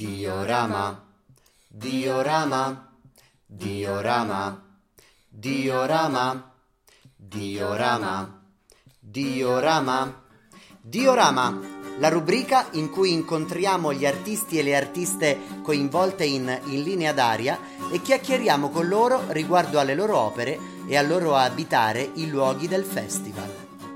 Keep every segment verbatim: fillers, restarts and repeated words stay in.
Diorama, diorama, diorama, diorama, diorama, diorama, diorama, la rubrica in cui incontriamo gli artisti e le artiste coinvolte in, in linea d'aria e chiacchieriamo con loro riguardo alle loro opere e al loro abitare i luoghi del festival.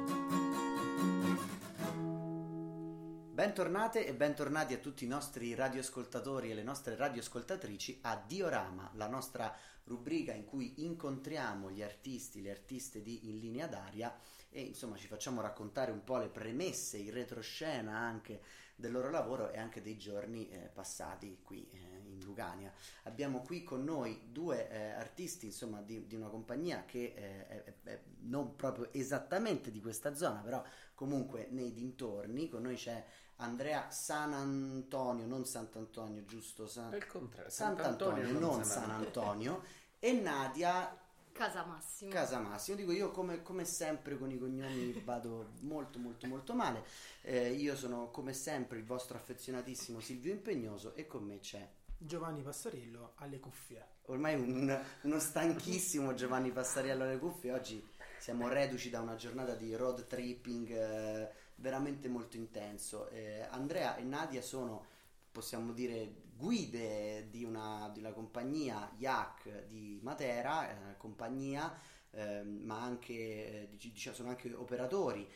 Bentornate e bentornati a tutti i nostri radioascoltatori e le nostre radioascoltatrici a Diorama, la nostra rubrica in cui incontriamo gli artisti, le artiste di In Linea d'Aria e insomma ci facciamo raccontare un po' le premesse, il retroscena anche del loro lavoro e anche dei giorni eh, passati qui eh, in Lucania. Abbiamo qui con noi due eh, artisti insomma di, di una compagnia che eh, è, è non proprio esattamente di questa zona, però comunque nei dintorni. Con noi c'è Andrea Sanantonio, non Sant'Antonio, giusto? San... È il contrario, Sant'Antonio, Sant'Antonio, non non San San Antonio, e Nadia Casamassimo. Casamassimo. Dico io come, come sempre con i cognomi vado molto molto molto male. Eh, io sono come sempre il vostro affezionatissimo Silvio Impegnoso e con me c'è Giovanni Passarello alle cuffie. ormai un, uno stanchissimo Giovanni Passarello alle cuffie. Oggi siamo reduci da una giornata di road tripping eh, veramente molto intenso. Eh, Andrea e Nadia sono, possiamo dire, guide di una, di una compagnia Y A C di Matera, eh, compagnia, eh, ma anche eh, diciamo, sono anche operatori,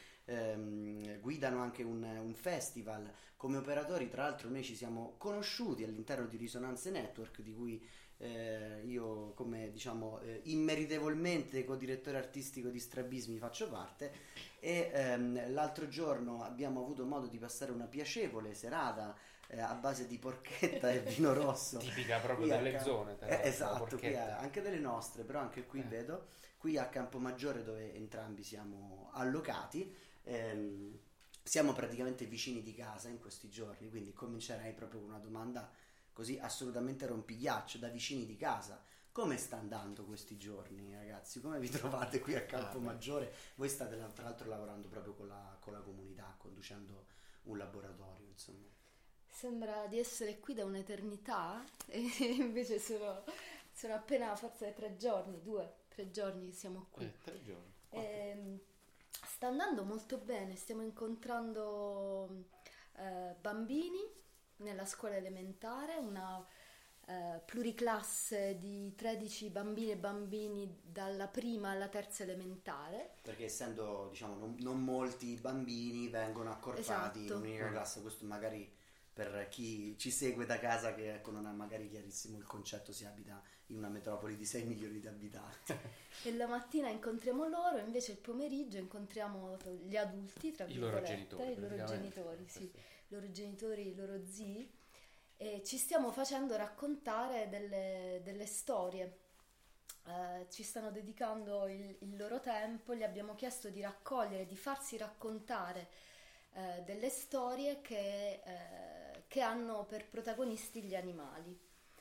ehm, guidano anche un, un festival. Come operatori, tra l'altro, noi ci siamo conosciuti all'interno di Risonanze Network, di cui eh, io, come diciamo, eh, immeritevolmente co-direttore artistico di Strabismi faccio parte. E ehm, l'altro giorno abbiamo avuto modo di passare una piacevole serata eh, a base di porchetta e vino rosso, tipica proprio qui delle a, zone eh, esatto, qui a, anche delle nostre, però anche qui eh. vedo qui a Campomaggiore, dove entrambi siamo allocati. ehm, siamo praticamente vicini di casa in questi giorni, quindi comincerei proprio con una domanda così assolutamente rompighiaccio, da vicini di casa. Come sta andando questi giorni, ragazzi? Come vi trovate qui a Campomaggiore? Voi state tra l'altro lavorando proprio con la, con la comunità, conducendo un laboratorio, insomma. Sembra di essere qui da un'eternità e invece sono, sono appena forse tre giorni, due, tre giorni siamo qui. Eh, tre giorni. E, sta andando molto bene, stiamo incontrando eh, bambini nella scuola elementare, una Uh, pluriclasse di tredici bambine e bambini dalla prima alla terza elementare, perché essendo diciamo non, non molti bambini vengono accorpati esatto. in un'unica classe. Questo magari per chi ci segue da casa che ecco, non ha magari chiarissimo il concetto, si abita in una metropoli di sei milioni di abitanti. E la mattina incontriamo loro, invece il pomeriggio incontriamo gli adulti, tra i loro virgolette, genitori, i loro genitori, sì, sì. i loro genitori, i loro zii. E ci stiamo facendo raccontare delle, delle storie, eh, ci stanno dedicando il, il loro tempo, gli abbiamo chiesto di raccogliere, di farsi raccontare eh, delle storie che, eh, che hanno per protagonisti gli animali.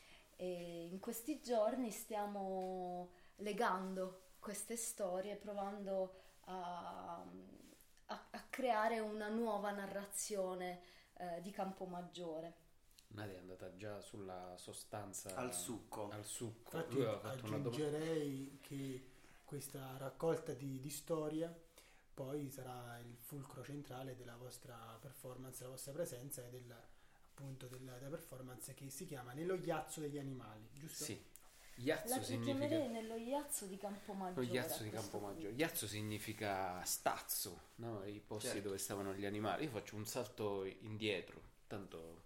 E in questi giorni stiamo legando queste storie, provando a, a, a creare una nuova narrazione eh, di Campomaggiore. Nadia è andata già sulla sostanza, al succo. Al succo. Infatti Lui aveva fatto aggiungerei una che questa raccolta di, di storie poi sarà il fulcro centrale della vostra performance, della vostra presenza e del, appunto della, della performance che si chiama Nello Iazzo degli Animali, giusto? Sì. Iazzo La significa chiamerei nello Iazzo di Campomaggiore. Lo Iazzo di Campomaggiore. Iazzo significa stazzo, no? I posti certo. dove stavano gli animali. Io faccio un salto indietro, tanto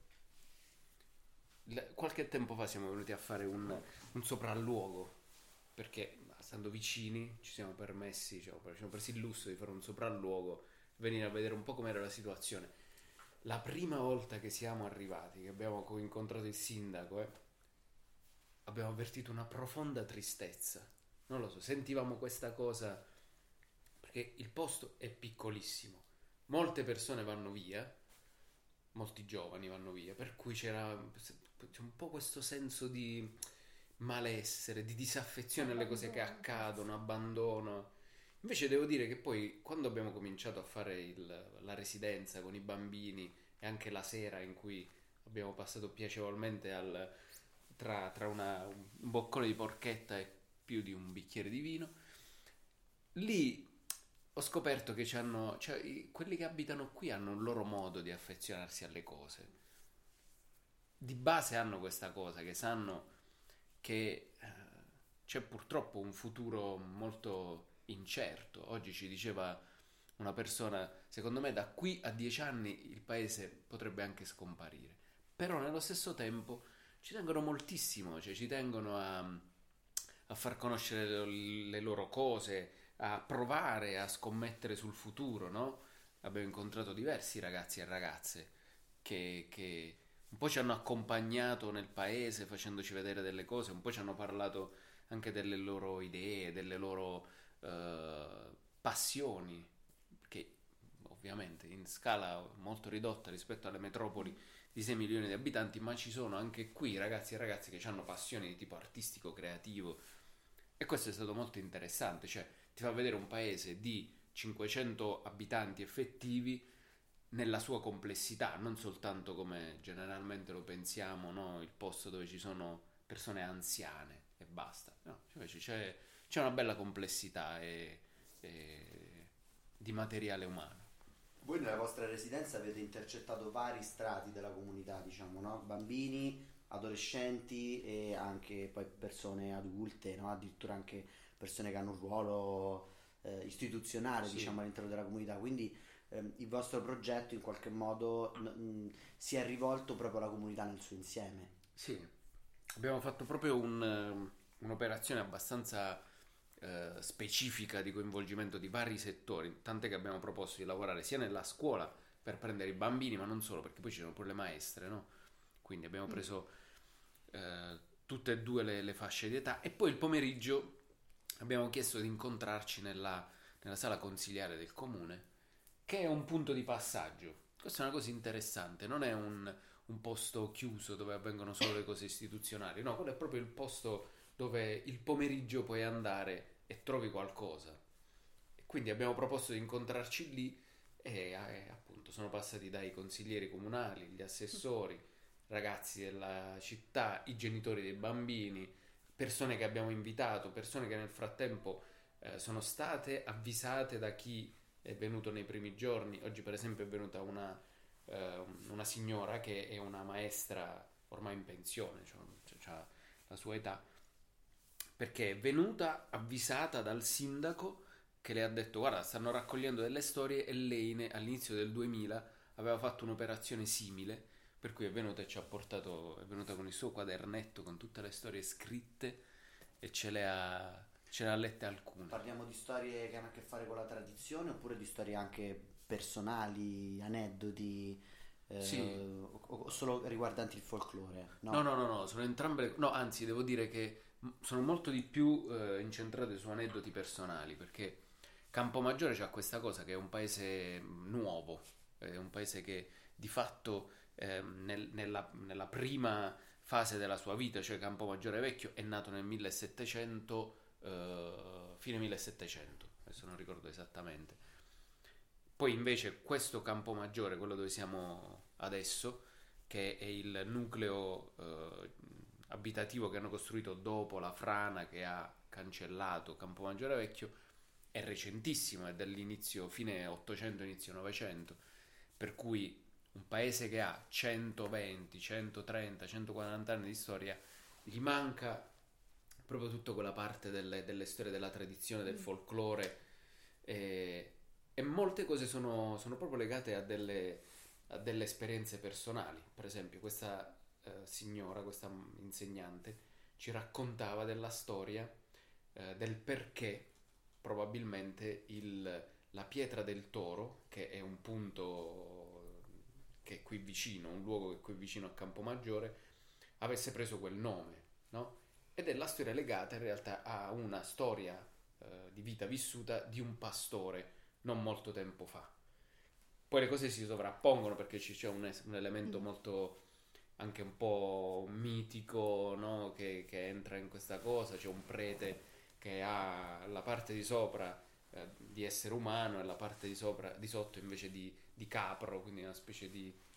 qualche tempo fa siamo venuti a fare un, un sopralluogo, perché stando vicini ci siamo permessi, cioè, ci siamo presi il lusso di fare un sopralluogo, venire a vedere un po' com'era la situazione. La prima volta che siamo arrivati, che abbiamo incontrato il sindaco, eh, abbiamo avvertito una profonda tristezza. Non lo so, sentivamo questa cosa, perché il posto è piccolissimo, molte persone vanno via, molti giovani vanno via, per cui c'era, c'è un po' questo senso di malessere, di disaffezione alle cose che accadono, abbandono. Invece devo dire che poi quando abbiamo cominciato a fare il, la residenza con i bambini e anche la sera in cui abbiamo passato piacevolmente al, tra, tra una, un boccone di porchetta e più di un bicchiere di vino. Lì ho scoperto che c'hanno, cioè, i- quelli che abitano qui hanno un loro modo di affezionarsi alle cose. Di base hanno questa cosa, che sanno che eh, c'è purtroppo un futuro molto incerto. Oggi ci diceva una persona, secondo me da qui a dieci anni il paese potrebbe anche scomparire, però nello stesso tempo ci tengono moltissimo, cioè ci tengono a, a far conoscere le, le loro cose, a provare a scommettere sul futuro, no? Abbiamo incontrato diversi ragazzi e ragazze che, che un po' ci hanno accompagnato nel paese facendoci vedere delle cose, un po' ci hanno parlato anche delle loro idee, delle loro eh, passioni, che ovviamente in scala molto ridotta rispetto alle metropoli di sei milioni di abitanti, ma ci sono anche qui ragazzi e ragazze che hanno passioni di tipo artistico, creativo, e questo è stato molto interessante, cioè ti fa vedere un paese di cinquecento abitanti effettivi nella sua complessità, non soltanto come generalmente lo pensiamo, no? Il posto dove ci sono persone anziane e basta. No, invece c'è, c'è una bella complessità e, e di materiale umano. Voi nella vostra residenza avete intercettato vari strati della comunità, diciamo, no? Bambini, adolescenti e anche poi persone adulte, no? Addirittura anche persone che hanno un ruolo eh, istituzionale, Sì. diciamo, all'interno della comunità. Quindi ehm, il vostro progetto in qualche modo n- mh, si è rivolto proprio alla comunità nel suo insieme. Sì, abbiamo fatto proprio un, eh, un'operazione abbastanza eh, specifica di coinvolgimento di vari settori, tant'è che abbiamo proposto di lavorare sia nella scuola per prendere i bambini, ma non solo, perché poi ci sono pure le maestre, no? Quindi abbiamo preso eh, tutte e due le, le fasce di età, e poi il pomeriggio abbiamo chiesto di incontrarci nella, nella sala consiliare del comune, che è un punto di passaggio. Questa è una cosa interessante, non è un, un posto chiuso dove avvengono solo le cose istituzionali, no, quello è proprio il posto dove il pomeriggio puoi andare e trovi qualcosa. E quindi abbiamo proposto di incontrarci lì e eh, appunto sono passati dai consiglieri comunali, gli assessori, ragazzi della città, i genitori dei bambini, persone che abbiamo invitato, persone che nel frattempo eh, sono state avvisate da chi è venuto nei primi giorni. Oggi per esempio è venuta una, eh, una signora che è una maestra ormai in pensione, cioè, cioè, ha la sua età, perché è venuta avvisata dal sindaco che le ha detto guarda stanno raccogliendo delle storie, e lei ne- all'inizio del duemila aveva fatto un'operazione simile, per cui è venuta e ci ha portato, è venuta con il suo quadernetto con tutte le storie scritte e ce le ha, ce le ha lette alcune. Parliamo di storie che hanno a che fare con la tradizione oppure di storie anche personali, aneddoti, eh, Sì. o, o solo riguardanti il folklore? No, no, no, no, sono entrambe le... No, anzi, devo dire che m- sono molto di più eh, incentrate su aneddoti personali, perché Campomaggiore c'ha questa cosa che è un paese mh, nuovo, è un paese che di fatto ehm, nel- nella, nella prima fase della sua vita, cioè Campomaggiore Vecchio, è nato nel millesettecento, eh, fine millesettecento, adesso non ricordo esattamente. Poi invece questo Campomaggiore, quello dove siamo adesso, che è il nucleo eh, abitativo che hanno costruito dopo la frana che ha cancellato Campomaggiore Vecchio, è recentissimo, è dell'inizio, fine ottocento, inizio novecento, per cui un paese che ha centoventi, centotrenta, centoquaranta anni di storia, gli manca proprio tutta quella parte delle, delle storie, della tradizione, del folklore, e, e molte cose sono, sono proprio legate a delle, a delle esperienze personali. Per esempio questa eh, signora, questa insegnante, ci raccontava della storia eh, del perché probabilmente il, la Pietra del Toro, che è un punto che è qui vicino, un luogo che è qui vicino a Campomaggiore, avesse preso quel nome, no? Ed è la storia legata in realtà a una storia eh, di vita vissuta di un pastore non molto tempo fa. Poi le cose si sovrappongono perché ci c'è un, es- un elemento Mm. molto anche un po' mitico, no? che, che entra in questa cosa. C'è un prete che ha la parte di sopra eh, di essere umano e la parte di sopra, di sotto invece di, di capro, quindi una specie di,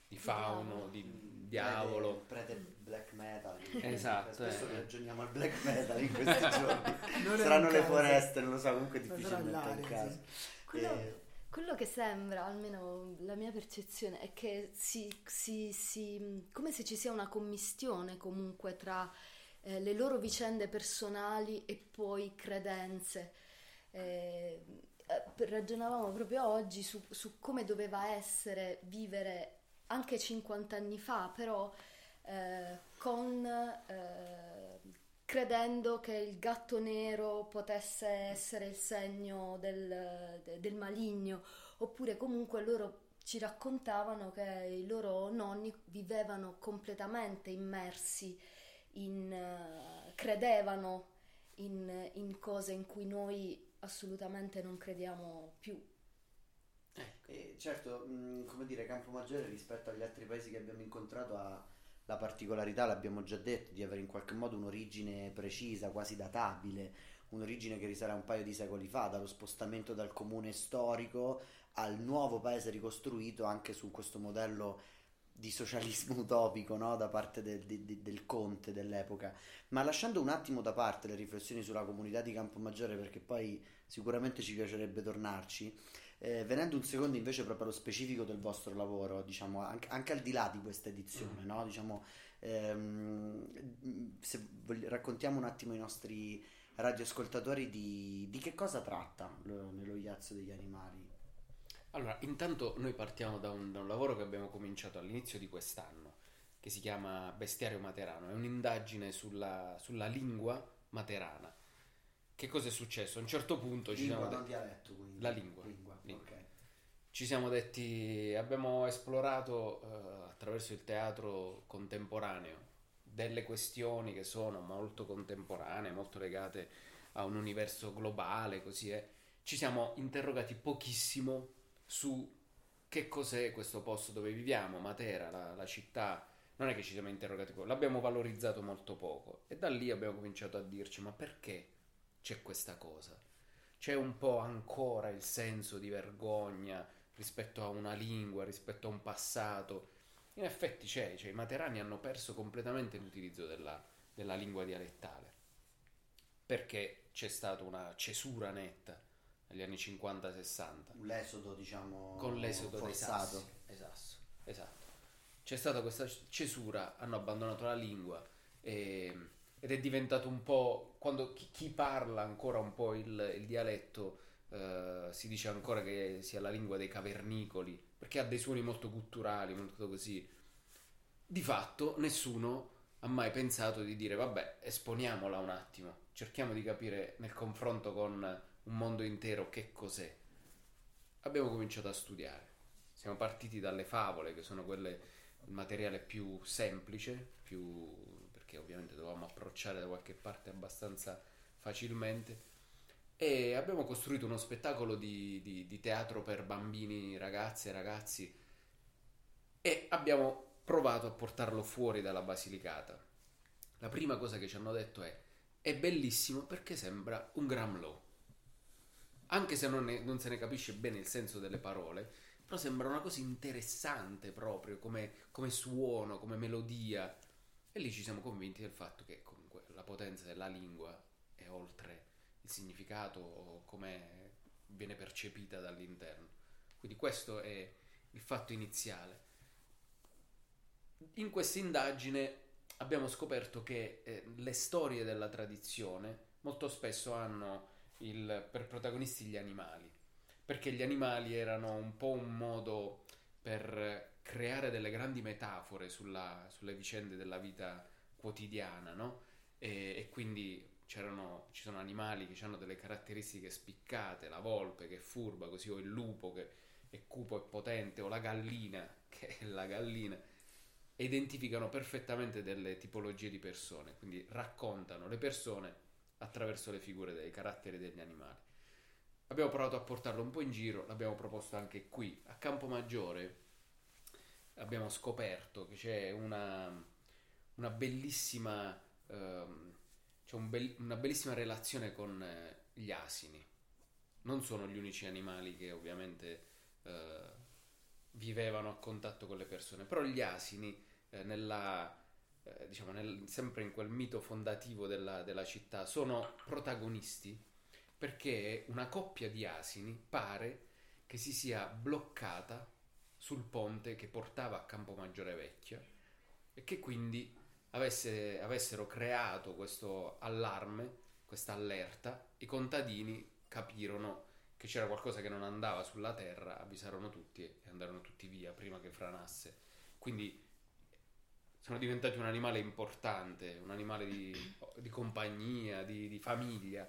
di fauno, di diavolo. Prete, prete black metal. Esatto, Spesso eh. ragioniamo al black metal in questi giorni. Non è Saranno un le caso. foreste, non lo so, comunque è Ma difficilmente sarà un l'aria, caso. sì. Quello, Eh, quello che sembra, almeno la mia percezione, è che si, si, si- come se ci sia una commistione comunque tra eh, le loro vicende personali e poi credenze. Eh, eh, ragionavamo proprio oggi su, su come doveva essere vivere anche cinquanta anni fa, però eh, con eh, credendo che il gatto nero potesse essere il segno del, de- del maligno, oppure comunque loro ci raccontavano che i loro nonni vivevano completamente immersi in, eh, credevano in, in cose in cui noi assolutamente non crediamo più. E certo, mh, come dire, Campomaggiore rispetto agli altri paesi che abbiamo incontrato ha la particolarità, l'abbiamo già detto, di avere in qualche modo un'origine precisa, quasi databile, un'origine che risale a un paio di secoli fa, dallo spostamento dal comune storico al nuovo paese ricostruito anche su questo modello di socialismo utopico, no? Da parte del, de- de- del conte dell'epoca. Ma lasciando un attimo da parte le riflessioni sulla comunità di Campomaggiore, perché poi sicuramente ci piacerebbe tornarci, eh, venendo un secondo invece proprio allo specifico del vostro lavoro, diciamo, anche, anche al di là di questa edizione, no? Diciamo, ehm, se vogli- raccontiamo un attimo ai nostri radioascoltatori di, di che cosa tratta lo- nello Iazzo degli animali. Allora, intanto noi partiamo da un, da un lavoro che abbiamo cominciato all'inizio di quest'anno, che si chiama Bestiario Materano, è un'indagine sulla, sulla lingua materana. Che cosa è successo? A un certo punto ci Lingua, siamo non detti, dialetto, quindi. la lingua, Lingua, lingua. ok. Ci siamo detti, abbiamo esplorato eh, attraverso il teatro contemporaneo delle questioni che sono molto contemporanee, molto legate a un universo globale, così è. Ci siamo interrogati pochissimo su che cos'è questo posto dove viviamo, Matera, la, la città. Non è che ci siamo interrogati poco, l'abbiamo valorizzato molto poco e da lì abbiamo cominciato a dirci ma perché c'è questa cosa? C'è un po' ancora il senso di vergogna rispetto a una lingua, rispetto a un passato. In effetti c'è, cioè i materani hanno perso completamente l'utilizzo della, della lingua dialettale perché c'è stata una cesura netta negli anni cinquanta sessanta L'esodo, diciamo, con l'esodo dei forzato. sassi. Esatto, esatto. C'è stata questa cesura, hanno abbandonato la lingua e, ed è diventato un po', quando chi, chi parla ancora un po' il, il dialetto eh, si dice ancora che sia la lingua dei cavernicoli perché ha dei suoni molto gutturali, molto così. Di fatto nessuno ha mai pensato di dire vabbè, esponiamola un attimo, cerchiamo di capire nel confronto con un mondo intero che cos'è. Abbiamo cominciato a studiare. Siamo partiti dalle favole, che sono quelle il materiale più semplice, più perché ovviamente dovevamo approcciare da qualche parte abbastanza facilmente, e abbiamo costruito uno spettacolo di, di, di teatro per bambini, ragazze e ragazzi e abbiamo provato a portarlo fuori dalla Basilicata. La prima cosa che ci hanno detto è è bellissimo perché sembra un Gramlow, anche se non, ne, non se ne capisce bene il senso delle parole, però sembra una cosa interessante proprio come, come suono, come melodia, e lì ci siamo convinti del fatto che comunque la potenza della lingua è oltre il significato o come viene percepita dall'interno. Quindi questo è il fatto iniziale. In questa indagine abbiamo scoperto che eh, le storie della tradizione molto spesso hanno il, per protagonisti gli animali, perché gli animali erano un po' un modo per creare delle grandi metafore sulla, sulle vicende della vita quotidiana, no? E, e quindi c'erano, ci sono animali che hanno delle caratteristiche spiccate, la volpe che è furba, così, o il lupo che è cupo e potente, o la gallina che è la gallina, e identificano perfettamente delle tipologie di persone, quindi raccontano le persone attraverso le figure dei caratteri degli animali. Abbiamo provato a portarlo un po' in giro, l'abbiamo proposto anche qui a Campomaggiore. Abbiamo scoperto che c'è una, una bellissima ehm, c'è un bel, una bellissima relazione con eh, gli asini. Non sono gli unici animali che ovviamente eh, vivevano a contatto con le persone, però gli asini eh, nella eh, diciamo nel, sempre in quel mito fondativo della, della città sono protagonisti perché una coppia di asini pare che si sia bloccata sul ponte che portava a Campomaggiore Vecchio e che quindi avesse, avessero creato questo allarme, questa allerta. I contadini capirono che c'era qualcosa che non andava sulla terra, avvisarono tutti e andarono tutti via prima che franasse. Quindi sono diventati un animale importante, un animale di, di compagnia, di, di famiglia,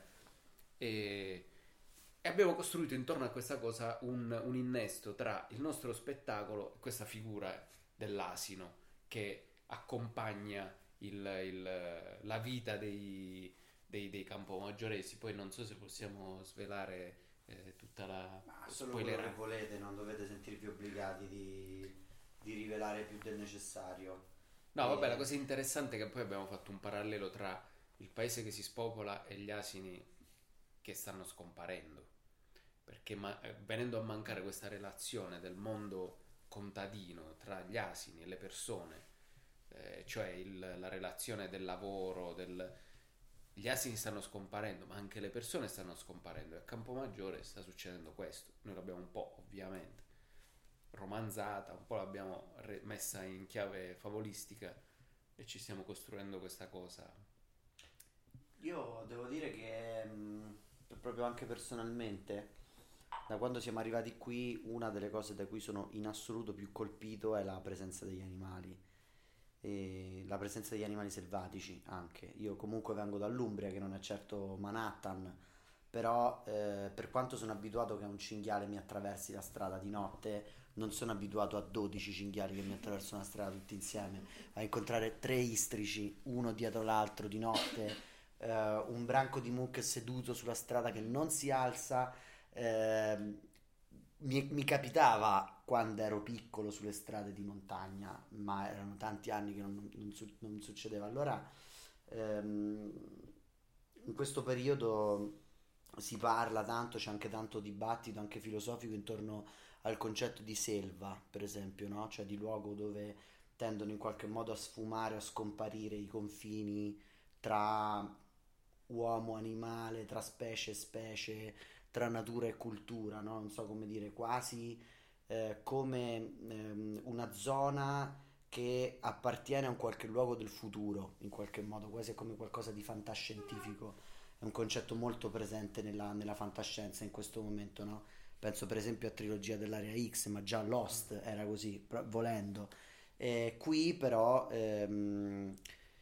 e, e abbiamo costruito intorno a questa cosa un, un innesto tra il nostro spettacolo e questa figura dell'asino che accompagna il, il, la vita dei, dei, dei campomaggioresi. Poi non so se possiamo svelare eh, tutta la Ma solo quello che volete, non dovete sentirvi obbligati di, di rivelare più del necessario. No, E- vabbè, la cosa interessante è che poi abbiamo fatto un parallelo tra il paese che si spopola e gli asini che stanno scomparendo, perché ma- eh, venendo a mancare questa relazione del mondo contadino tra gli asini e le persone, eh, cioè il- la relazione del lavoro, del... gli asini stanno scomparendo, ma anche le persone stanno scomparendo, e a Campomaggiore sta succedendo questo. Noi l'abbiamo un po' ovviamente romanzata, un po' l'abbiamo re- messa in chiave favolistica e ci stiamo costruendo questa cosa. Io devo dire che mh, proprio anche personalmente, da quando siamo arrivati qui, una delle cose da cui sono in assoluto più colpito è la presenza degli animali. E la presenza degli animali selvatici anche. Io comunque vengo dall'Umbria, che non è certo Manhattan, però eh, per quanto sono abituato che un cinghiale mi attraversi la strada di notte, non sono abituato a dodici cinghiali che mi attraversano la strada tutti insieme, a incontrare tre istrici uno dietro l'altro di notte, eh, un branco di mucche seduto sulla strada che non si alza. ehm, mi, mi capitava quando ero piccolo sulle strade di montagna, ma erano tanti anni che non, non su- non succedeva. Allora, ehm, in questo periodo si parla tanto, c'è anche tanto dibattito, anche filosofico, intorno al concetto di selva, per esempio, no? Cioè di luogo dove tendono in qualche modo a sfumare, a scomparire i confini tra uomo, animale, tra specie e specie, tra natura e cultura, no? Non so come dire, quasi eh, come ehm, una zona che appartiene a un qualche luogo del futuro, in qualche modo, quasi come qualcosa di fantascientifico. È un concetto molto presente nella, nella fantascienza in questo momento, no? Penso per esempio a Trilogia dell'Area X, ma già Lost era così, pro- volendo. Eh, qui però ehm,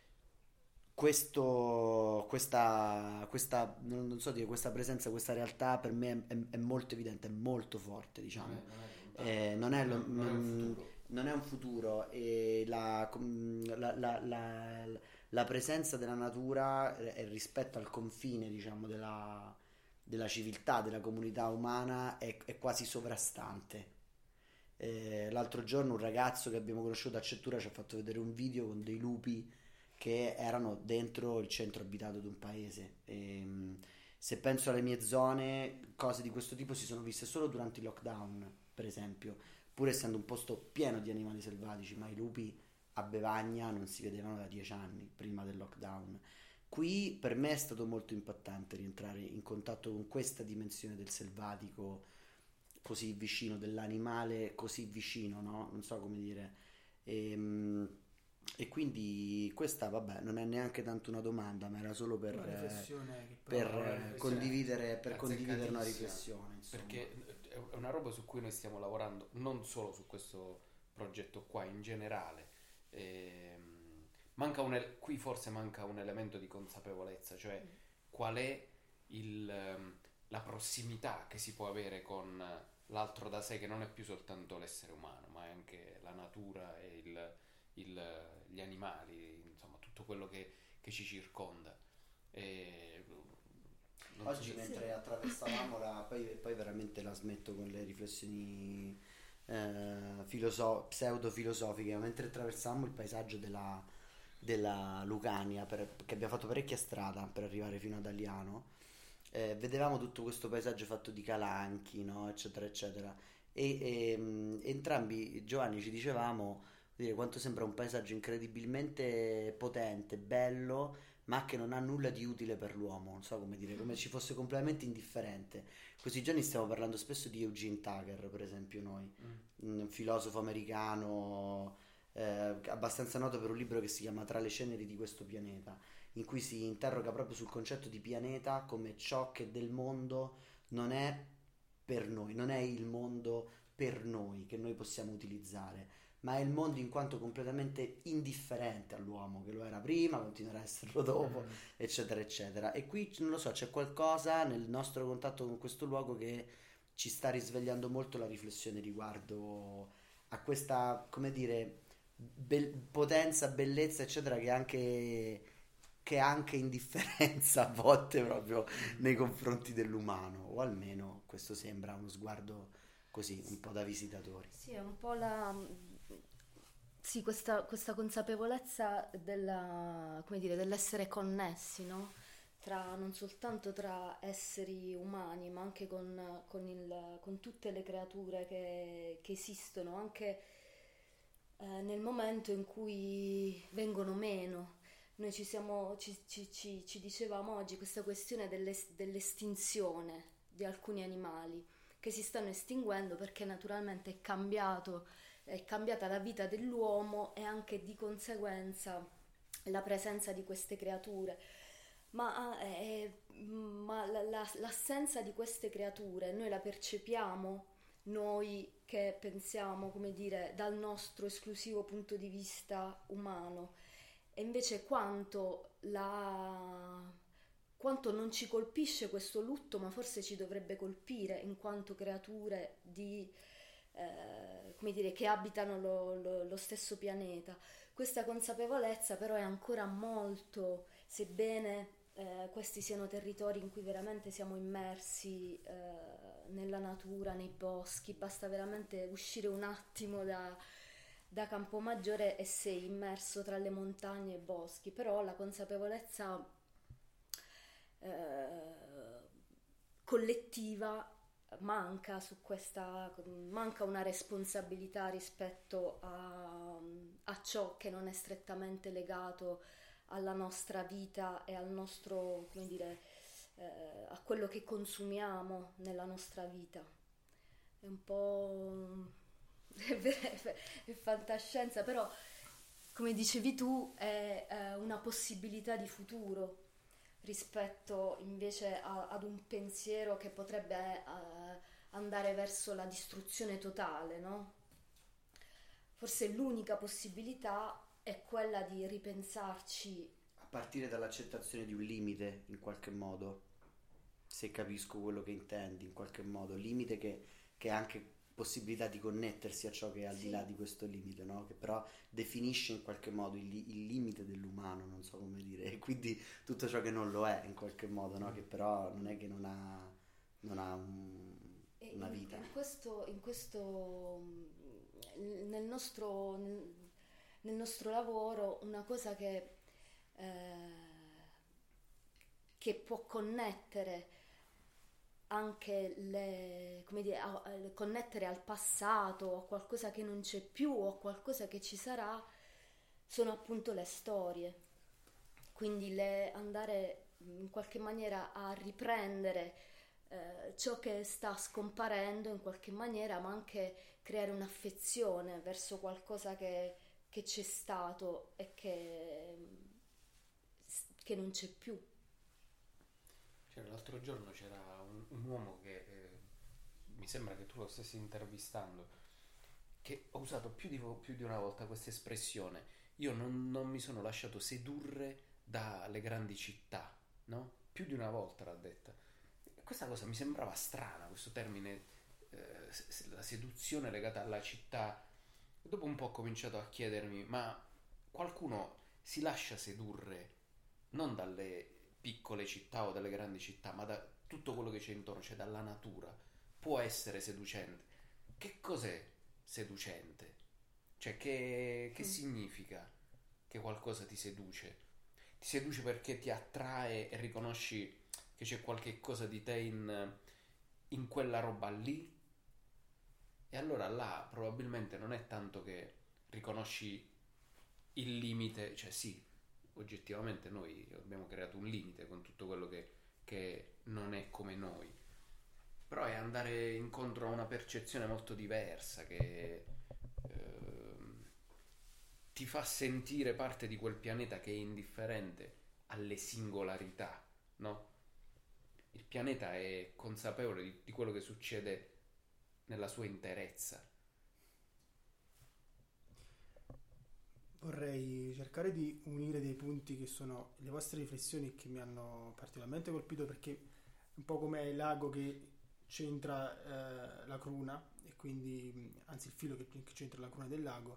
questo, questa, questa, non non so dire, questa presenza, questa realtà per me è, è molto evidente, è molto forte, diciamo. Eh, non è, lo- non è un non- futuro. non è un futuro, e la, com- la- la- la- la presenza della natura eh, rispetto al confine, diciamo, della, della civiltà, della comunità umana è, è quasi sovrastante. Eh, l'altro giorno un ragazzo che abbiamo conosciuto a Cettura ci ha fatto vedere un video con dei lupi che erano dentro il centro abitato di un paese. E, mh, se penso alle mie zone, cose di questo tipo si sono viste solo durante il lockdown, per esempio, pur essendo un posto pieno di animali selvatici, ma i lupi a Bevagna non si vedevano da dieci anni prima del lockdown. Qui per me è stato molto impattante rientrare in contatto con questa dimensione del selvatico così vicino, dell'animale così vicino, no? Non so come dire. E, e quindi questa, vabbè, non è neanche tanto una domanda, ma era solo per, Una eh, riflessione che per però- eh, una riflessione condividere, per condividere una azzeccatissima, riflessione, insomma. perché è una roba su cui noi stiamo lavorando non solo su questo progetto qua, in generale. Ehm, manca un el- qui forse manca un elemento di consapevolezza, cioè qual è il, ehm, la prossimità che si può avere con l'altro da sé, che non è più soltanto l'essere umano, ma è anche la natura e il, il- gli animali, insomma tutto quello che, che ci circonda. E, non so Oggi se- mentre attraversavamo la, poi, poi veramente la smetto con le riflessioni eh, filoso- pseudo-filosofiche, ma mentre attraversavamo il paesaggio della, della Lucania, per- che abbiamo fatto parecchia strada per arrivare fino ad Aliano, eh, vedevamo tutto questo paesaggio fatto di calanchi, no? Eccetera, eccetera. e, e mh, entrambi, Giovanni, ci dicevamo dire quanto sembra un paesaggio incredibilmente potente, bello, ma che non ha nulla di utile per l'uomo, non so come dire, come ci fosse completamente indifferente. Questi giorni stiamo parlando spesso di Eugene Tucker, per esempio noi, Mm. un filosofo americano eh, abbastanza noto per un libro che si chiama Tra le ceneri di questo pianeta, in cui si interroga proprio sul concetto di pianeta come ciò che del mondo non è per noi, non è il mondo per noi che noi possiamo utilizzare, ma è il mondo in quanto completamente indifferente all'uomo, che lo era prima, continuerà a esserlo dopo, Mm. eccetera, eccetera. E qui non lo so, c'è qualcosa nel nostro contatto con questo luogo che ci sta risvegliando molto la riflessione riguardo a questa, come dire, bel- potenza, bellezza, eccetera, che anche che è anche indifferenza a volte proprio nei confronti dell'umano, o almeno questo sembra uno sguardo così, un po' da visitatori. Sì, è un po' la... Sì, questa, questa consapevolezza della, come dire, dell'essere connessi, no? Tra, non soltanto tra esseri umani, ma anche con, con il- con tutte le creature che, che esistono, anche eh, nel momento in cui vengono meno. Noi ci siamo, ci, ci- ci- ci dicevamo oggi questa questione dell'es- dell'estinzione di alcuni animali che si stanno estinguendo perché naturalmente è cambiato, è cambiata la vita dell'uomo e anche di conseguenza la presenza di queste creature. Ma, eh, ma la- la- l'assenza di queste creature noi la percepiamo, noi che pensiamo, come dire, dal nostro esclusivo punto di vista umano, e invece quanto la... quanto non ci colpisce questo lutto, ma forse ci dovrebbe colpire in quanto creature di, eh, come dire, che abitano lo, lo- lo stesso pianeta. Questa consapevolezza però è ancora molto, sebbene eh, questi siano territori in cui veramente siamo immersi eh, nella natura, nei boschi, basta veramente uscire un attimo da, da Campomaggiore e sei immerso tra le montagne e i boschi, però la consapevolezza eh, collettiva manca su questa, manca una responsabilità rispetto a, a ciò che non è strettamente legato alla nostra vita e al nostro, come dire, eh, a quello che consumiamo nella nostra vita. È un po' è, ver- è fantascienza, però come dicevi tu è eh, una possibilità di futuro rispetto invece a- ad un pensiero che potrebbe eh, andare verso la distruzione totale, no? Forse l'unica possibilità è quella di ripensarci. A partire dall'accettazione di un limite, in qualche modo, se capisco quello che intendi, in qualche modo, limite che, che ha anche possibilità di connettersi a ciò che è al di Sì. là di questo limite, no? Che però definisce in qualche modo il, li- il limite dell'umano, non so come dire, e quindi tutto ciò che non lo è in qualche modo, no? Che però non è che non ha, non ha un- E una in, vita. in questo, in questo, mh, nel nostro, nel, nel nostro lavoro, una cosa che, eh, che può connettere anche le, come dire, a- a- connettere al passato, a qualcosa che non c'è più o a qualcosa che ci sarà, sono appunto le storie. Quindi le, andare in qualche maniera a riprendere eh, ciò che sta scomparendo in qualche maniera, ma anche creare un'affezione verso qualcosa che, che c'è stato e che, che non c'è più. Cioè, l'altro giorno c'era un, un uomo che eh, mi sembra che tu lo stessi intervistando, che ha usato più di, vo- più di una volta questa espressione. Io non, non mi sono lasciato sedurre dalle grandi città, no? Più di una volta l'ha detta. E questa cosa mi sembrava strana, questo termine, eh, se- se- la seduzione legata alla città. E dopo un po' ho cominciato a chiedermi, ma qualcuno si lascia sedurre non dalle piccole città o dalle grandi città, ma da tutto quello che c'è intorno, cioè dalla natura, può essere seducente. Che cos'è seducente? Cioè, che, che Mm. significa che qualcosa ti seduce? Ti seduce perché ti attrae e riconosci che c'è qualche cosa di te in, in quella roba lì? E allora là probabilmente non è tanto che riconosci il limite, cioè sì, oggettivamente noi abbiamo creato un limite con tutto quello che, che non è come noi, però è andare incontro a una percezione molto diversa che ehm, ti fa sentire parte di quel pianeta che è indifferente alle singolarità, no? Il pianeta è consapevole di, di quello che succede nella sua interezza. Vorrei cercare di unire dei punti che sono le vostre riflessioni che mi hanno particolarmente colpito, perché è un po' come il lago che c'entra eh, la cruna, e quindi anzi il filo che, che c'entra la cruna del lago.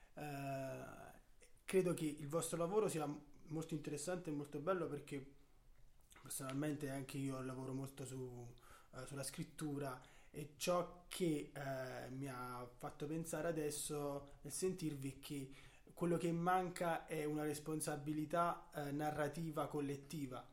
Eh, credo che il vostro lavoro sia molto interessante e molto bello, perché personalmente anche io lavoro molto su, eh, sulla scrittura, e ciò che eh, mi ha fatto pensare adesso nel sentirvi è che quello che manca è una responsabilità eh, narrativa collettiva,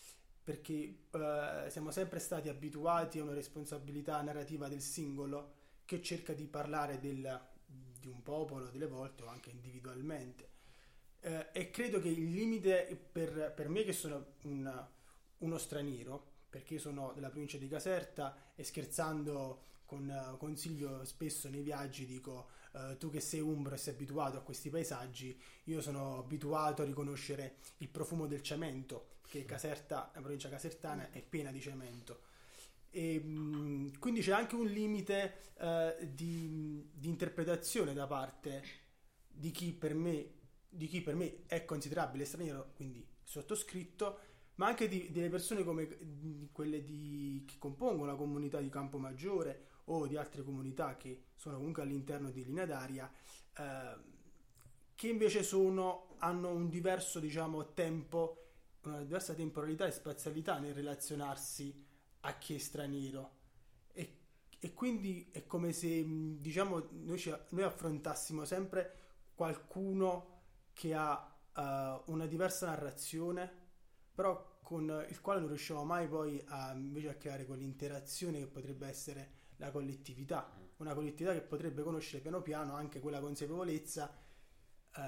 perché eh, siamo sempre stati abituati a una responsabilità narrativa del singolo che cerca di parlare del, di un popolo delle volte, o anche individualmente. Eh, e credo che il limite per, per me, che sono un, uno straniero, perché sono della provincia di Caserta, e scherzando con uh, consiglio spesso nei viaggi dico uh, tu che sei umbro e sei abituato a questi paesaggi, io sono abituato a riconoscere il profumo del cemento, che Caserta, la provincia casertana, è piena di cemento. E mh, quindi c'è anche un limite uh, di, di interpretazione da parte di chi per me di chi per me è considerabile straniero, quindi sottoscritto, ma anche di, delle persone come di quelle di, che compongono la comunità di Campomaggiore o di altre comunità che sono comunque all'interno di Linea d'Aria, eh, che invece sono, hanno un diverso, diciamo, tempo, una diversa temporalità e spazialità nel relazionarsi a chi è straniero, e, e quindi è come se, diciamo, noi, ci, noi affrontassimo sempre qualcuno che ha uh, una diversa narrazione, però con il quale non riusciamo mai poi a, invece a creare quell'interazione che potrebbe essere la collettività, una collettività che potrebbe conoscere piano piano anche quella consapevolezza uh,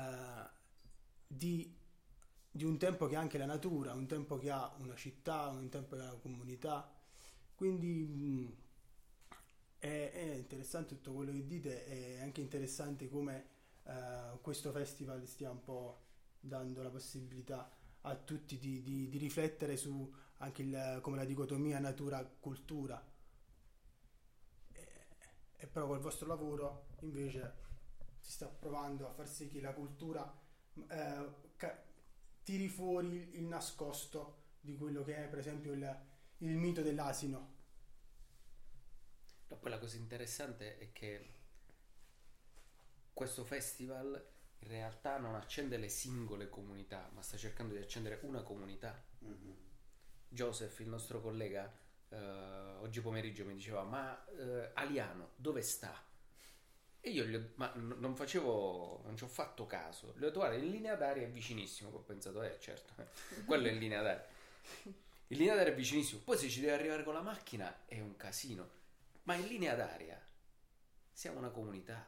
di, di un tempo che ha anche la natura, un tempo che ha una città, un tempo che ha una comunità. Quindi mh, è, è interessante tutto quello che dite, è anche interessante come Uh, questo festival stia un po' dando la possibilità a tutti di, di, di riflettere su anche il, come la dicotomia natura-cultura, e, e però col vostro lavoro invece si sta provando a far sì che la cultura eh, ca- tiri fuori il nascosto di quello che è per esempio il, il mito dell'asino. No, poi la cosa interessante è che questo festival in realtà non accende le singole comunità, ma sta cercando di accendere una comunità. Mm-hmm. Joseph, il nostro collega, eh, oggi pomeriggio mi diceva: ma eh, Aliano dove sta? E io gli ho, ma n- non facevo, non ci ho fatto caso. Gli ho detto: guarda, in Linea d'Aria è vicinissimo. Ho pensato: eh certo, quello è in Linea d'Aria. In Linea d'Aria è vicinissimo. Poi se ci devi arrivare con la macchina è un casino. Ma in Linea d'Aria siamo una comunità.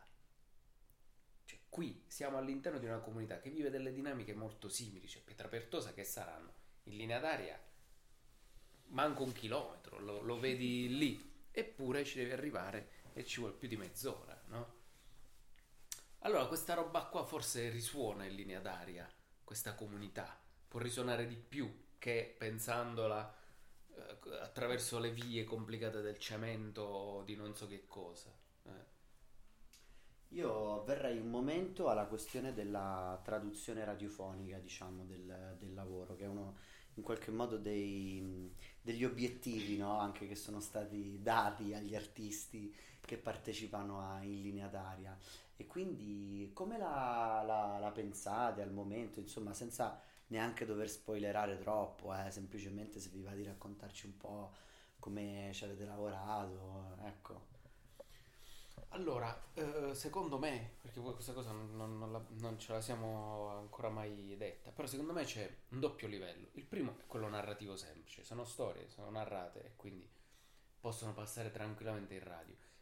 Qui siamo all'interno di una comunità che vive delle dinamiche molto simili. Cioè Pietrapertosa che saranno in Linea d'Aria manco un chilometro, lo, lo vedi lì, eppure ci devi arrivare e ci vuole più di mezz'ora, no? Allora questa roba qua forse risuona in Linea d'Aria, questa comunità può risuonare di più che pensandola eh, attraverso le vie complicate del cemento o di non so che cosa. eh. Io verrei un momento alla questione della traduzione radiofonica, diciamo, del, del lavoro, che è uno in qualche modo dei, degli obiettivi, no? Anche che sono stati dati agli artisti che partecipano a In Linea d'Aria. E quindi come la, la, la pensate al momento, insomma, senza neanche dover spoilerare troppo, eh? Semplicemente se vi va di raccontarci un po' come ci avete lavorato, ecco. Allora, eh, secondo me, perché poi questa cosa non, non, non, la, non ce la siamo ancora mai detta, però secondo me c'è un doppio livello. Il primo è quello narrativo semplice, sono storie, sono narrate e quindi possono passare tranquillamente in radio.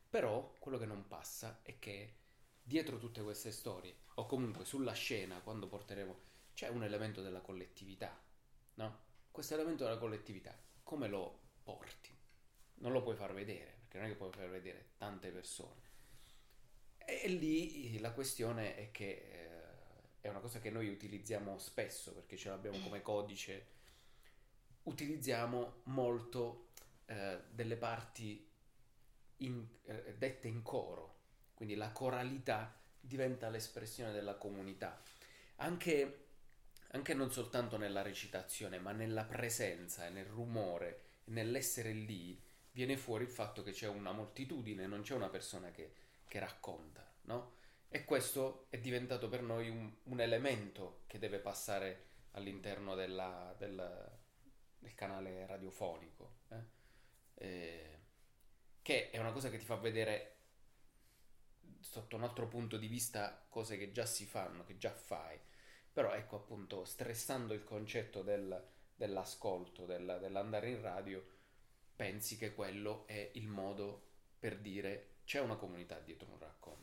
Però quello che non passa è che dietro tutte queste storie, o comunque sulla scena, quando porteremo, c'è un elemento della collettività, no? Questo elemento della collettività, come lo porti? Non lo puoi far vedere, perché non è che puoi far vedere tante persone. E lì la questione è che eh, è una cosa che noi utilizziamo spesso, perché ce l'abbiamo come codice, utilizziamo molto eh, delle parti in, eh, dette in coro, quindi la coralità diventa l'espressione della comunità, anche, anche non soltanto nella recitazione, ma nella presenza e nel rumore, nell'essere lì, viene fuori il fatto che c'è una moltitudine, non c'è una persona che, che racconta, no? E questo è diventato per noi un, un elemento che deve passare all'interno della, del, del canale radiofonico, eh? Eh, che è una cosa che ti fa vedere sotto un altro punto di vista cose che già si fanno, che già fai, però ecco appunto stressando il concetto del, dell'ascolto, del, dell'andare in radio, pensi che quello è il modo per dire c'è una comunità dietro un racconto.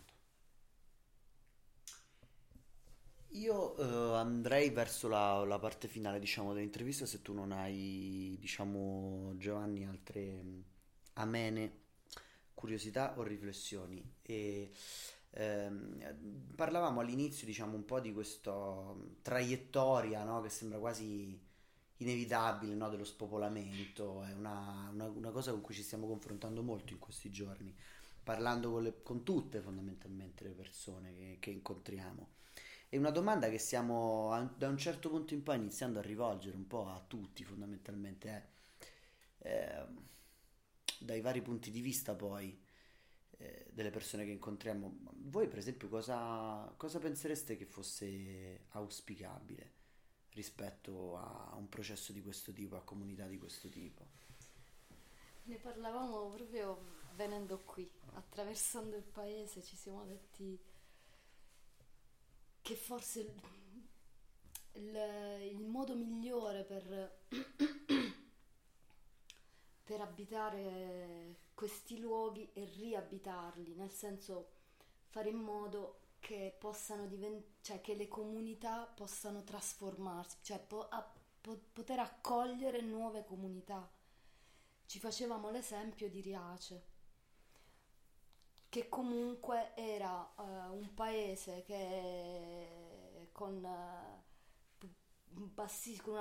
Io eh, andrei verso la, la parte finale, diciamo, dell'intervista, se tu non hai, diciamo, Giovanni, altre mh, amene curiosità o riflessioni. E ehm, parlavamo all'inizio, diciamo, un po' di questa traiettoria, no, che sembra quasi inevitabile, no, dello spopolamento. È una, una- una cosa con cui ci stiamo confrontando molto in questi giorni, parlando con, le- con tutte fondamentalmente le persone che, che incontriamo. E una domanda che stiamo a- da un certo punto in poi iniziando a rivolgere un po' a tutti fondamentalmente è ehm, dai vari punti di vista poi eh, delle persone che incontriamo. Voi per esempio cosa, cosa pensereste che fosse auspicabile rispetto a un processo di questo tipo, a comunità di questo tipo? Ne parlavamo proprio venendo qui, attraversando il paese, ci siamo detti che forse il, il- il modo migliore per, per abitare questi luoghi è riabitarli, nel senso fare in modo che possano diventare, cioè che le comunità possano trasformarsi, cioè po- a- po- poter accogliere nuove comunità. Ci facevamo l'esempio di Riace, che comunque era eh, un paese che con, eh, p- bassi- con una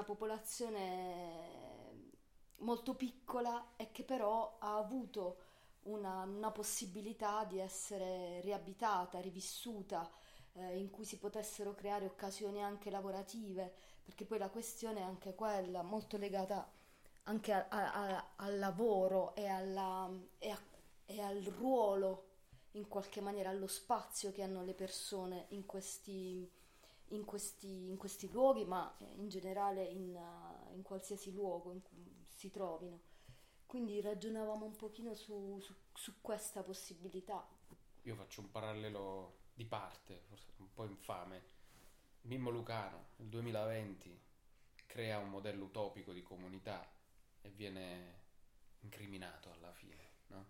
popolazione molto piccola e che però ha avuto una, una possibilità di essere riabitata, rivissuta, eh, in cui si potessero creare occasioni anche lavorative, perché poi la questione è anche quella, molto legata anche a- a- a- al lavoro e, alla, e, a- e al ruolo, in qualche maniera, allo spazio che hanno le persone in questi, in questi, in questi luoghi, ma eh, in generale in, uh, in qualsiasi luogo in cui si trovino. Quindi ragionavamo un pochino su, su, su questa possibilità. Io faccio un parallelo di parte, forse un po' infame. Mimmo Lucano nel duemilaventi crea un modello utopico di comunità e viene incriminato alla fine, no?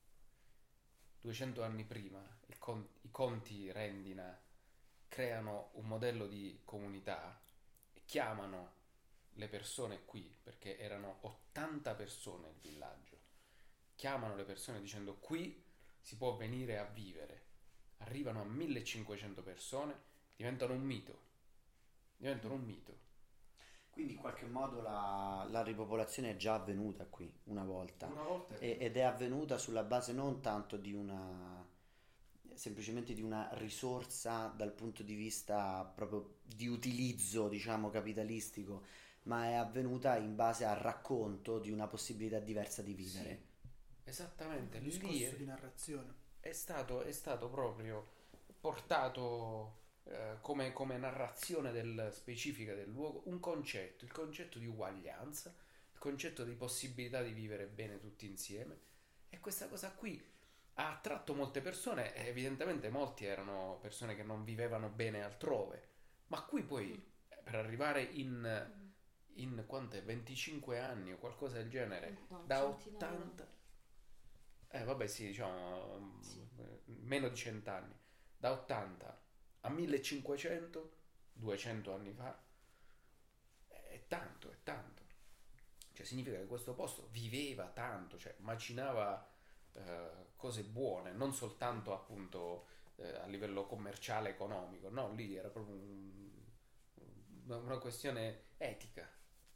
duecento anni prima il con- i conti Rendina creano un modello di comunità e chiamano le persone qui, perché erano ottanta persone il villaggio, chiamano le persone dicendo qui si può venire a vivere, arrivano a millecinquecento persone, diventano un mito, diventano un mito. Quindi in qualche modo la, la ripopolazione è già avvenuta qui una volta. Una volta E- ed è avvenuta sulla base non tanto di una semplicemente di una risorsa dal punto di vista proprio di utilizzo, diciamo, capitalistico, ma è avvenuta in base al racconto di una possibilità diversa di vivere. Sì, esattamente, Un lì discorso è, di narrazione. è stato, è stato proprio portato eh, come, come narrazione del, specifica del luogo un concetto, il concetto di uguaglianza, il concetto di possibilità di vivere bene tutti insieme, e questa cosa qui ha attratto molte persone, e evidentemente molti erano persone che non vivevano bene altrove, ma qui poi eh, per arrivare in, in quant'è, venticinque anni o qualcosa del genere, No, da centinaia. ottanta Eh, vabbè, sì, diciamo Sì. meno di cent'anni, da ottanta a millecinquecento, duecento anni fa, è tanto, è tanto. Cioè significa che questo posto viveva tanto, cioè macinava eh, cose buone, non soltanto appunto eh, a livello commerciale, economico, no, lì era proprio un- una questione etica.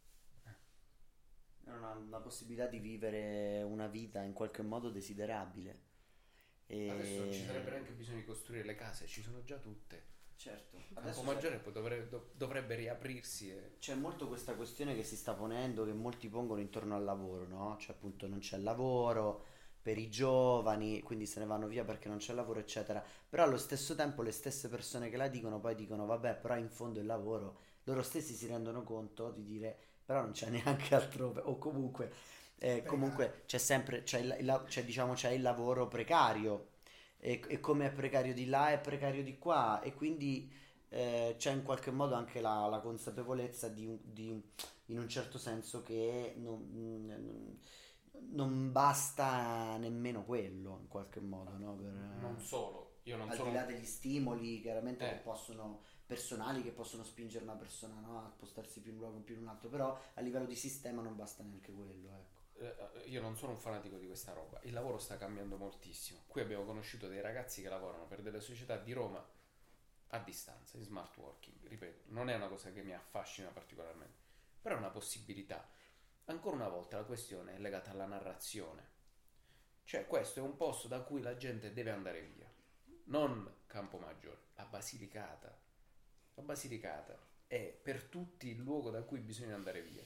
Era una, una possibilità di vivere una vita in qualche modo desiderabile. E... Adesso non ci sarebbe neanche bisogno di costruire le case, ci sono già tutte. Certo, Campo adesso Maggiore poi dovrebbe, dov- dovrebbe riaprirsi e... c'è molto questa questione che si sta ponendo, che molti pongono intorno al lavoro, no? Cioè appunto non c'è lavoro per i giovani, quindi se ne vanno via perché non c'è lavoro, eccetera. Però allo stesso tempo le stesse persone che la dicono poi dicono vabbè, però in fondo il lavoro, loro stessi si rendono conto di dire però non c'è neanche altrove, o comunque, eh, comunque c'è sempre, c'è, il, il- c'è, diciamo, c'è il lavoro precario, e, e come è precario di là è precario di qua, e quindi eh, c'è in qualche modo anche la, la consapevolezza di, un- di- in un certo senso che non, non- non basta nemmeno quello in qualche modo, no? Per, Non solo, io non al sono... di là degli stimoli chiaramente Eh. che possono personali che possono spingere una persona, no, a spostarsi più in un luogo più in un altro, però a livello di sistema non basta neanche quello, ecco. eh, io non sono un fanatico di questa roba, il lavoro sta cambiando moltissimo. Qui abbiamo conosciuto dei ragazzi che lavorano per delle società di Roma a distanza, in smart working, ripeto, non è una cosa che mi affascina particolarmente, però è una possibilità. Ancora una volta la questione è legata alla narrazione, cioè questo è un posto da cui la gente deve andare via, non Campomaggiore, la Basilicata. La Basilicata è per tutti il luogo da cui bisogna andare via.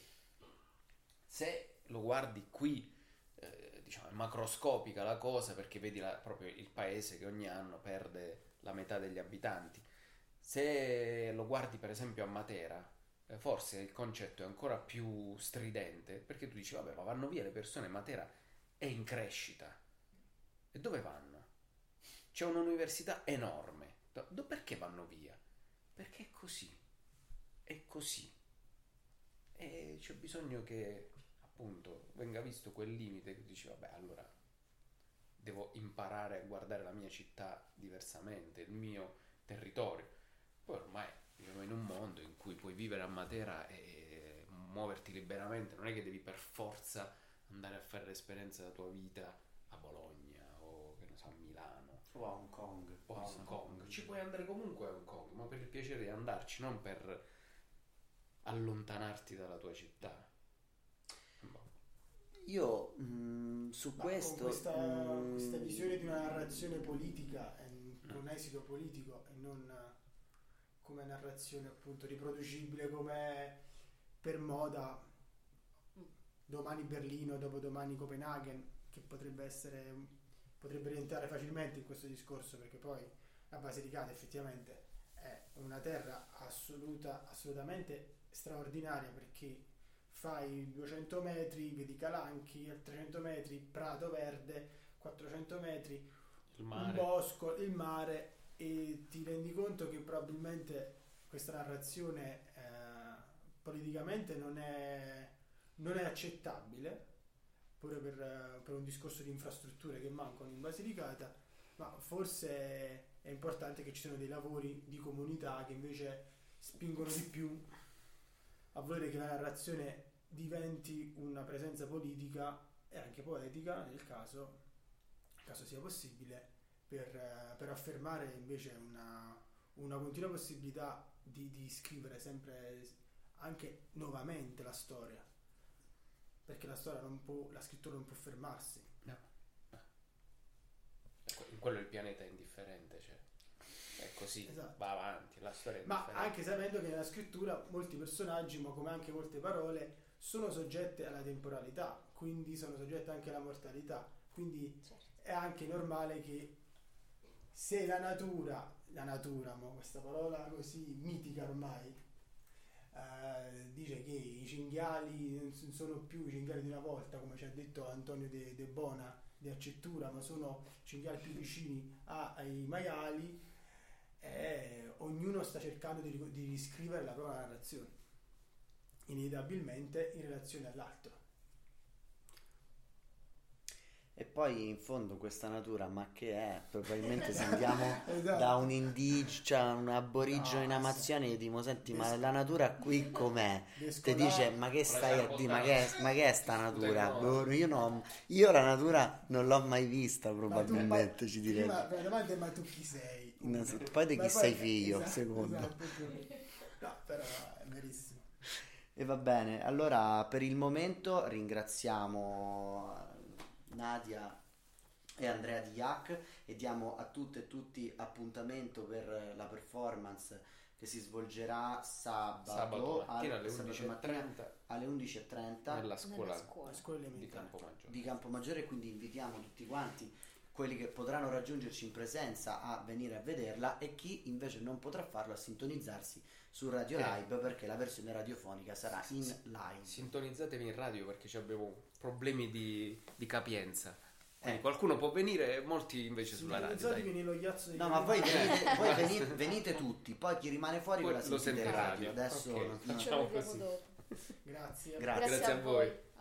Se lo guardi qui, eh, diciamo, è macroscopica la cosa perché vedi la- proprio il paese che ogni anno perde la metà degli abitanti. Se lo guardi per esempio a Matera, eh, forse il concetto è ancora più stridente perché tu dici vabbè, ma vanno via le persone, Matera è in crescita. E dove vanno? C'è un'università enorme. Do- do- perché vanno via? Perché è così. È così. E c'è bisogno che appunto venga visto quel limite che dici vabbè, allora devo imparare a guardare la mia città diversamente, il mio territorio. Poi ormai viviamo in un mondo in cui puoi vivere a Matera e muoverti liberamente, non è che devi per forza andare a fare l'esperienza della tua vita a Bologna o che ne so, a Milano O a Hong Kong. o a Hong Kong. Ci puoi andare comunque a Hong Kong, ma per il piacere di andarci, non per allontanarti dalla tua città. Boh. Io mh, su Ma questo con questa, mh, questa visione di una narrazione politica, eh, con esito politico e non eh, come narrazione appunto riproducibile come per moda, domani Berlino, dopodomani Copenaghen, che potrebbe essere, potrebbe rientrare facilmente in questo discorso, perché poi la Basilicata effettivamente è una terra assoluta, assolutamente straordinaria, perché fai duecento metri, vedi Calanchi, a trecento metri Prato Verde, quattrocento metri Il un mare. bosco, il mare, e ti rendi conto che probabilmente questa narrazione eh, politicamente non è, non è accettabile, pure per, eh, per un discorso di infrastrutture che mancano in Basilicata, ma forse è importante che ci siano dei lavori di comunità che invece spingono di più a volere che la narrazione diventi una presenza politica e anche poetica nel caso, nel caso sia possibile, per, eh, per affermare invece una, una continua possibilità di, di scrivere sempre anche nuovamente la storia, perché la storia non può, la scrittura non può fermarsi. No. No. In quello il pianeta è indifferente, cioè è così, Esatto. va avanti, la storia è Ma indifferente. anche sapendo che nella scrittura molti personaggi, ma come anche molte parole, sono soggette alla temporalità, quindi sono soggette anche alla mortalità, quindi Certo. è anche normale che se la natura, la natura, mo, questa parola così mitica ormai, eh, dice che i cinghiali non s- sono più i cinghiali di una volta, come ci ha detto Antonio De, De Bona di Accettura, ma sono cinghiali più vicini a- ai maiali, eh, ognuno sta cercando di, ric- di riscrivere la propria narrazione, inevitabilmente in relazione all'altro. È E poi in fondo questa natura, ma che è? Probabilmente se andiamo Esatto. da un indigeno, cioè un aborigeno No, in Amazzoni, e dimo senti, ma Des- la natura qui com'è? Ti Descolare- dice, ma che Con la stai a sciarpa dire? Ma che, è, ma che è sta Scusa, natura? no. Boh, io, non- io la natura non l'ho mai vista, Ma tu- probabilmente, ma- ci direi. prima la domanda è ma tu chi sei? Innanzitutto, poi di Ma chi sei figlio, esatto, secondo. esatto, no, però è verissimo. E va bene, allora per il momento ringraziamo Nadia e Andrea di Yak e diamo a tutte e tutti appuntamento per la performance che si svolgerà sabato, Sabato mattina al- alle sabato undici e mattina trenta alle undici e trenta nella scuola Nella scuola. La scuola di elementare. Campomaggiore. di Campomaggiore, quindi invitiamo tutti quanti quelli che potranno raggiungerci in presenza a venire a vederla e chi invece non potrà farlo a sintonizzarsi su Radio Eh. Live perché la versione radiofonica sarà in Sì. live. Sintonizzatevi in radio perché ci abbiamo problemi di, di capienza. Quindi Eh. qualcuno può venire e molti invece sulla radio. Sintonizzatevi Dai. nello iazzo di No, ma voi Campomaggiore. venite, voi venite, venite tutti, poi chi rimane fuori Poi ve la lo sentite in sente in radio. radio. Adesso Ok. non- Ce Facciamo lo vediamo così. dopo. Grazie. Grazie. Grazie a voi.